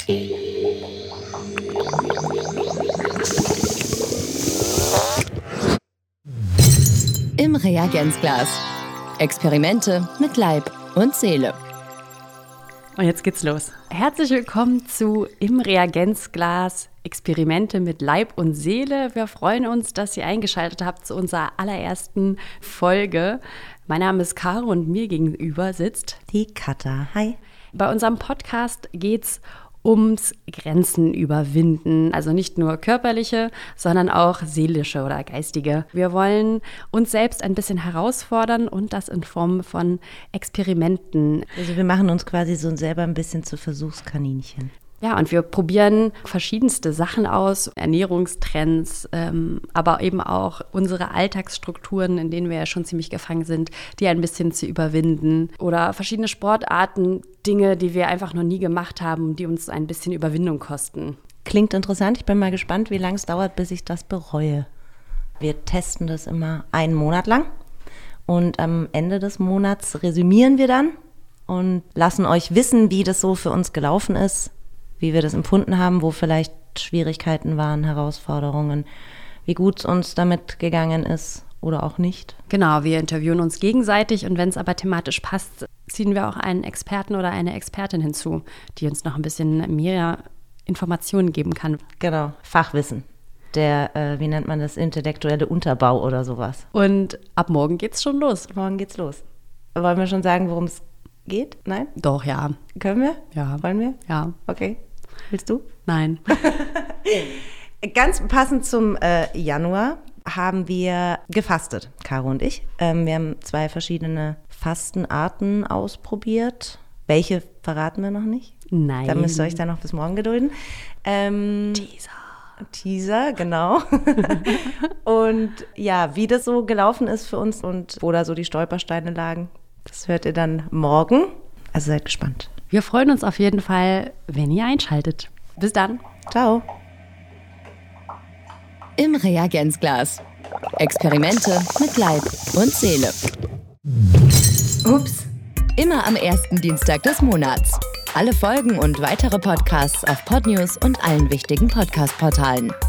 Im Reagenzglas. Experimente mit Leib und Seele. Und jetzt geht's los. Herzlich willkommen zu Im Reagenzglas. Experimente mit Leib und Seele. Wir freuen uns, dass ihr eingeschaltet habt zu unserer allerersten Folge. Mein Name ist Caro und mir gegenüber sitzt die Katha. Hi. Bei unserem Podcast geht's ums Grenzen überwinden. Also nicht nur körperliche, sondern auch seelische oder geistige. Wir wollen uns selbst ein bisschen herausfordern und das in Form von Experimenten. Also wir machen uns quasi so selber ein bisschen zu Versuchskaninchen. Ja, und wir probieren verschiedenste Sachen aus, Ernährungstrends, aber eben auch unsere Alltagsstrukturen, in denen wir ja schon ziemlich gefangen sind, die ein bisschen zu überwinden. Oder verschiedene Sportarten, Dinge, die wir einfach noch nie gemacht haben, die uns ein bisschen Überwindung kosten. Klingt interessant. Ich bin mal gespannt, wie lange es dauert, bis ich das bereue. Wir testen das immer einen Monat lang und am Ende des Monats resümieren wir dann und lassen euch wissen, wie das so für uns gelaufen ist, wie wir das empfunden haben, wo vielleicht Schwierigkeiten waren, Herausforderungen, wie gut es uns damit gegangen ist oder auch nicht. Genau, wir interviewen uns gegenseitig und wenn es aber thematisch passt, ziehen wir auch einen Experten oder eine Expertin hinzu, die uns noch ein bisschen mehr Informationen geben kann. Genau, Fachwissen. Der, wie nennt man das, intellektuelle Unterbau oder sowas. Und ab morgen geht's schon los. Morgen geht's los. Wollen wir schon sagen, worum es geht? Nein? Doch, ja. Können wir? Ja. Wollen wir? Ja. Okay. Willst du? Nein. Ganz passend zum Januar haben wir gefastet, Caro und ich. Wir haben 2 verschiedene Fastenarten ausprobiert. Welche verraten wir noch nicht? Nein. Da müsst ihr euch dann noch bis morgen gedulden. Teaser, genau. Und ja, wie das so gelaufen ist für uns und wo da so die Stolpersteine lagen, das hört ihr dann morgen. Also seid gespannt. Wir freuen uns auf jeden Fall, wenn ihr einschaltet. Bis dann. Ciao. Im Reagenzglas. Experimente mit Leib und Seele. Ups. Immer am ersten Dienstag des Monats. Alle Folgen und weitere Podcasts auf Podnews und allen wichtigen Podcast-Portalen.